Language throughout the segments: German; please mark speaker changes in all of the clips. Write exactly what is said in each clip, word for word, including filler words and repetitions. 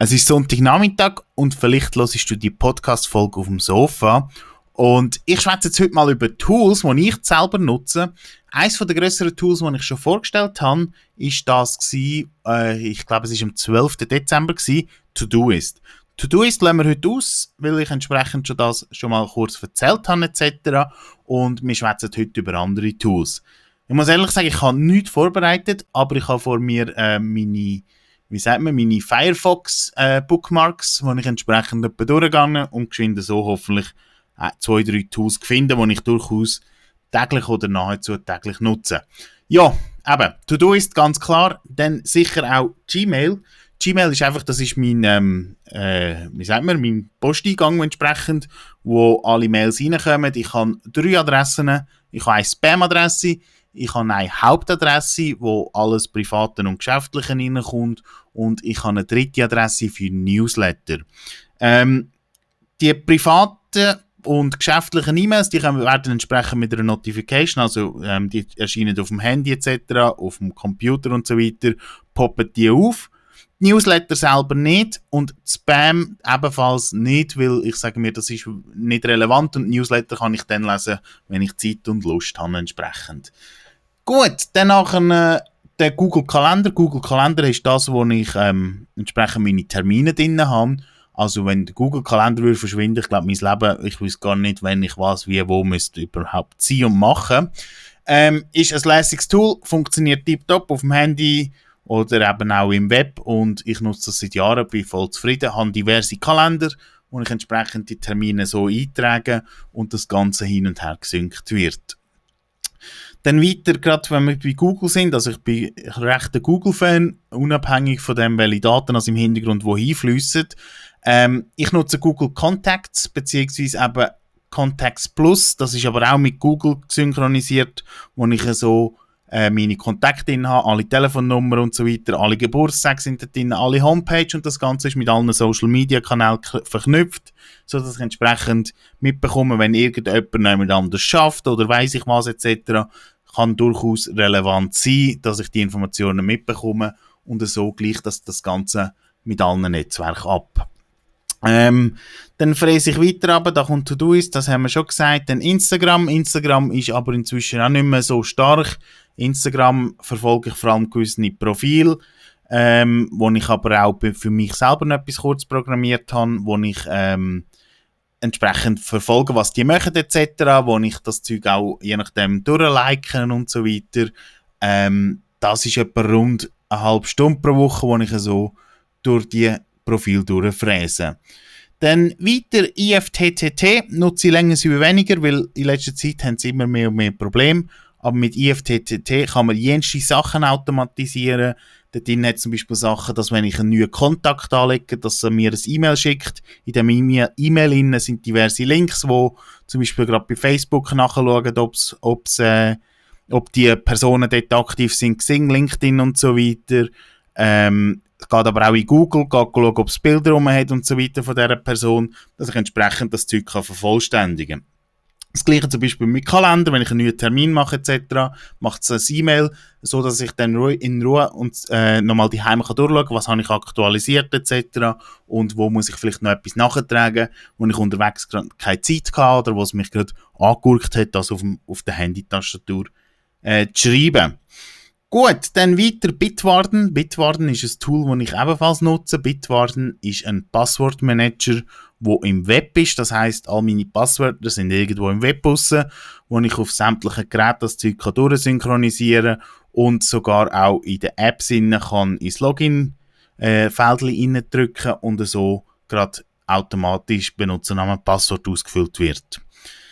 Speaker 1: Es ist Sonntagnachmittag und vielleicht hörst du die Podcast-Folge auf dem Sofa. Und ich schwätze jetzt heute mal über Tools, die ich selber nutze. Eines der grösseren Tools, die ich schon vorgestellt habe, ist das gewesen, äh, ich glaube, es war am zwölften Dezember, gewesen, Todoist. Todoist lassen wir heute aus, weil ich entsprechend schon das schon mal kurz erzählt habe et cetera. Und wir schwätzen heute über andere Tools. Ich muss ehrlich sagen, ich habe nichts vorbereitet, aber ich habe vor mir äh, meine, wie sagt man, meine Firefox-Bookmarks, äh, die ich entsprechend etwa durchgegangen und geschwind so hoffentlich äh, zwei, drei Tools finden, die ich durchaus täglich oder nahezu täglich nutze. Ja, eben, Todoist ganz klar, dann sicher auch Gmail. Gmail ist einfach, das ist mein, ähm, äh, wie sagt man, mein Posteingang entsprechend, wo alle Mails reinkommen. Ich habe drei Adressen, ich habe eine Spam-Adresse, ich habe eine Hauptadresse, wo alles Private und Geschäftliche reinkommt, und ich habe eine dritte Adresse für Newsletter. Ähm, die privaten und geschäftlichen E-Mails, die werden entsprechend mit einer Notification, also ähm, die erscheinen auf dem Handy et cetera, auf dem Computer und so weiter, poppen die auf. Newsletter selber nicht und Spam ebenfalls nicht, weil ich sage mir, das ist nicht relevant, und Newsletter kann ich dann lesen, wenn ich Zeit und Lust habe entsprechend. Gut, dann nachher äh, der Google Kalender. Google Kalender ist das, wo ich ähm, entsprechend meine Termine drin habe. Also wenn der Google Kalender würde verschwinden, ich glaube, mein Leben, ich weiß gar nicht, wenn ich was, wie, wo müsste überhaupt sein und machen. Ähm, ist ein lässiges Tool, funktioniert tiptop auf dem Handy oder eben auch im Web, und ich nutze das seit Jahren, bin voll zufrieden, habe diverse Kalender, wo ich entsprechend die Termine so eintrage und das Ganze hin und her gesynkt wird. Dann weiter, gerade wenn wir bei Google sind, also ich bin recht ein Google-Fan, unabhängig von dem, welche Daten also im Hintergrund wohin fliessen. Ähm, ich nutze Google Contacts, beziehungsweise eben Contacts Plus, das ist aber auch mit Google synchronisiert, wo ich so äh, meine Kontakte drin habe, alle Telefonnummern und so weiter, alle Geburtstage sind da drin, alle Homepage, und das Ganze ist mit allen Social-Media-Kanälen verknüpft, sodass ich entsprechend mitbekomme, wenn irgendjemand jemand anders schafft oder weiss ich was et cetera, kann durchaus relevant sein, dass ich die Informationen mitbekomme, und so gleicht das, das Ganze mit allen Netzwerken ab. Ähm, dann fräse ich weiter runter, da kommt Todoist, das haben wir schon gesagt. Dann Instagram. Instagram ist aber inzwischen auch nicht mehr so stark. Instagram verfolge ich vor allem gewisse Profile, ähm, wo ich aber auch für mich selber noch etwas kurz programmiert habe, wo ich ähm, entsprechend verfolge, was die machen et cetera, wo ich das Zeug auch je nachdem durchliken und so weiter. Ähm, das ist etwa rund eine halbe Stunde pro Woche, wo ich so durch die Profil durchfräse. Dann weiter I F T T T nutze ich länger über weniger, weil in letzter Zeit haben sie immer mehr und mehr Probleme. Aber mit I F T T T kann man jenste Sachen automatisieren. Dort drin hat zum Beispiel Sachen, dass wenn ich einen neuen Kontakt anlege, dass er mir ein E-Mail schickt. In dem E-Mail sind diverse Links, wo zum Beispiel gerade bei Facebook nachschauen, ob's, ob's, äh, ob die Personen dort aktiv sind, Xing, LinkedIn und so weiter. Ähm, Es geht aber auch in Google, geht schauen, ob es Bilder rum hat und so weiter von dieser Person, dass ich entsprechend das Zeug kann vervollständigen kann. Das gleiche zum Beispiel mit Kalender, wenn ich einen neuen Termin mache et cetera, macht es ein E-Mail, so dass ich dann in Ruhe und äh, nochmal die Heime durchschauen kann, was habe ich aktualisiert et cetera und wo muss ich vielleicht noch etwas nachtragen, wo ich unterwegs keine Zeit hatte oder wo es mich gerade angeguckt hat, das auf, dem, auf der Handytastatur äh, zu schreiben. Gut, dann weiter Bitwarden. Bitwarden ist ein Tool, das ich ebenfalls nutze. Bitwarden ist ein Passwortmanager, der im Web ist. Das heisst, all meine Passwörter sind irgendwo im Web draussen, wo ich auf sämtlichen Geräten das Zeug durchsynchronisieren kann und sogar auch in den Apps kann ins Login-Feld äh, reindrücken und so gerade automatisch Benutzernamen und Passwort ausgefüllt wird.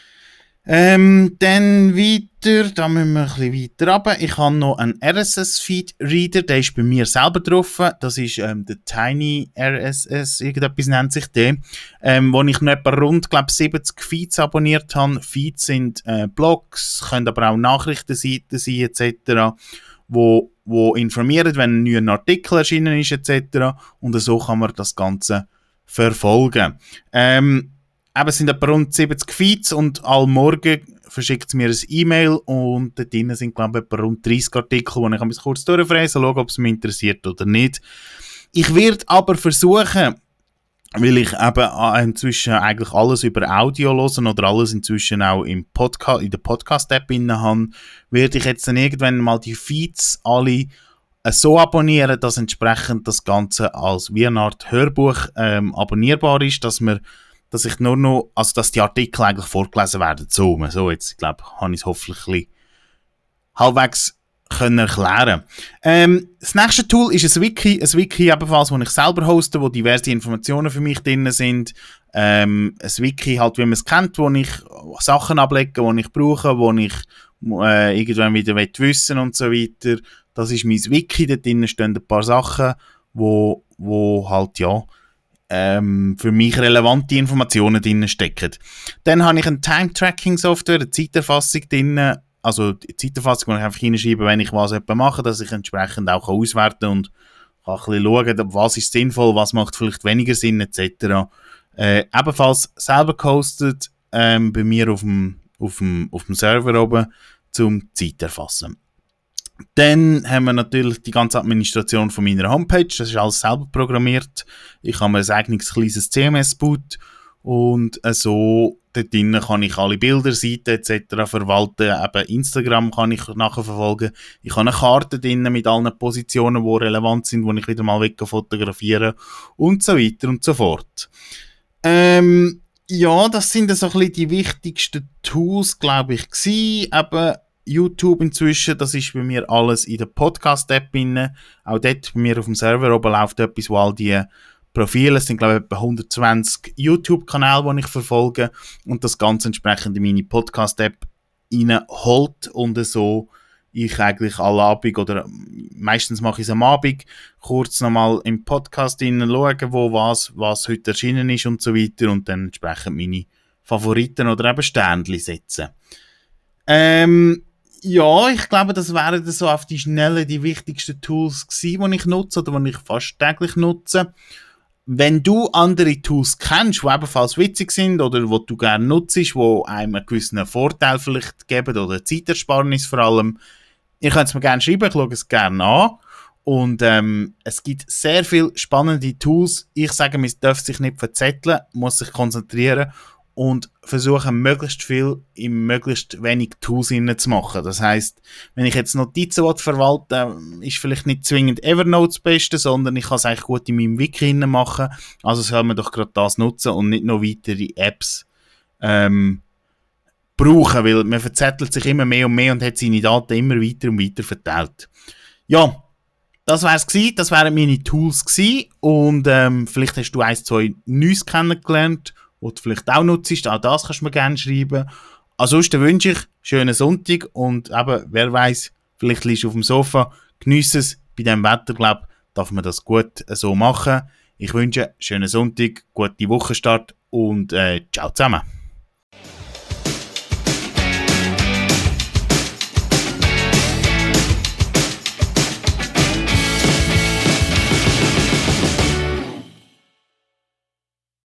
Speaker 1: Ähm, dann weiter, da müssen wir ein bisschen weiter runter. Ich habe noch einen R S S-Feed-Reader, der ist bei mir selber drauf. Das ist ähm, der Tiny R S S, irgendetwas nennt sich der, ähm, wo ich noch etwa rund, glaube siebzig Feeds abonniert habe. Feeds sind äh, Blogs, können aber auch Nachrichtenseiten sein et cetera, wo, wo informieren, wenn ein neuer Artikel erschienen ist et cetera. Und so kann man das Ganze verfolgen. Ähm, Eben, es sind etwa rund siebzig Feeds und all morgen verschickt es mir ein E-Mail und da drinnen sind, glaube ich, etwa rund dreißig Artikel, wo ich ein bisschen kurz durchfräse, schaue, ob es mich interessiert oder nicht. Ich werde aber versuchen, weil ich eben inzwischen eigentlich alles über Audio hören oder alles inzwischen auch im Podcast, in der Podcast-App inne habe, werde ich jetzt dann irgendwann mal die Feeds alle so abonnieren, dass entsprechend das Ganze als wie eine Art Hörbuch ähm, abonnierbar ist, dass wir, dass ich nur noch, also dass die Artikel eigentlich vorgelesen werden. So, so jetzt, ich glaube, habe ich es hoffentlich ein bisschen halbwegs können erklären. Ähm, das nächste Tool ist ein Wiki, ein Wiki ebenfalls, das ich selber hoste, wo diverse Informationen für mich drin sind. Ähm, ein Wiki halt, wie man es kennt, wo ich Sachen ablege, die ich brauche, wo ich äh, irgendwann wieder wissen und so weiter. Das ist mein Wiki, da drin stehen ein paar Sachen, wo, wo halt, ja, ähm, für mich relevante Informationen drin stecken. Dann habe ich eine Time-Tracking-Software, eine Zeiterfassung drin, also die Zeiterfassung, wo ich einfach hinschreibe, wenn ich was mache, dass ich entsprechend auch auswerten kann und kann ein bisschen schauen, was ist sinnvoll, was macht vielleicht weniger Sinn, et cetera. Äh, ebenfalls selber gehostet, ähm, bei mir auf dem, auf dem, auf dem Server oben, zum Zeiterfassen. Dann haben wir natürlich die ganze Administration von meiner Homepage, das ist alles selber programmiert. Ich habe mir ein eigenes kleines C M S-Boot und äh, so dort drinnen kann ich alle Bilder, Seiten et cetera verwalten. Eben Instagram kann ich nachher verfolgen. Ich habe eine Karte drinnen mit allen Positionen, die relevant sind, die ich wieder mal weg fotografieren und so weiter und so fort. Ähm, ja, das sind so ein bisschen die wichtigsten Tools, glaube ich, gewesen. Eben YouTube inzwischen, das ist bei mir alles in der Podcast-App drin. Auch dort bei mir auf dem Server oben läuft etwas, wo all die Profile, es sind glaube ich etwa hundertzwanzig YouTube-Kanäle, die ich verfolge und das Ganze entsprechend in meine Podcast-App reinholt und so ich eigentlich alle Abend oder meistens mache ich es am Abend kurz nochmal im Podcast rein schauen, wo was, was heute erschienen ist und so weiter und dann entsprechend meine Favoriten oder eben Sternchen setzen. Ähm, ja, ich glaube, das wären so auf die Schnelle die wichtigsten Tools gewesen, die ich nutze oder die ich fast täglich nutze. Wenn du andere Tools kennst, die ebenfalls witzig sind oder die du gerne nutzt, die einem einen gewissen Vorteil vielleicht geben oder Zeitersparnis vor allem, ihr könnt es mir gerne schreiben, ich schaue es gerne an. Und ähm, es gibt sehr viele spannende Tools. Ich sage, man darf sich nicht verzetteln, muss sich konzentrieren und versuchen, möglichst viel in möglichst wenig Tools zu machen. Das heisst, wenn ich jetzt Notizen verwalten will, ist vielleicht nicht zwingend Evernote das Beste, sondern ich kann es eigentlich gut in meinem Wiki machen. Also soll man doch gerade das nutzen und nicht noch weitere Apps ähm, brauchen, weil man verzettelt sich immer mehr und mehr und hat seine Daten immer weiter und weiter verteilt. Ja, das wär's gewesen, das wären meine Tools gewesen und ähm, vielleicht hast du eins, zwei Neues kennengelernt, was du vielleicht auch nutzt, auch das kannst du mir gerne schreiben. Ansonsten wünsche ich einen schönen Sonntag und eben, wer weiss, vielleicht liegst du auf dem Sofa, geniesse es, bei diesem Wetter, glaube ich, darf man das gut so machen. Ich wünsche einen schönen Sonntag, gute Wochenstart und äh, ciao zusammen.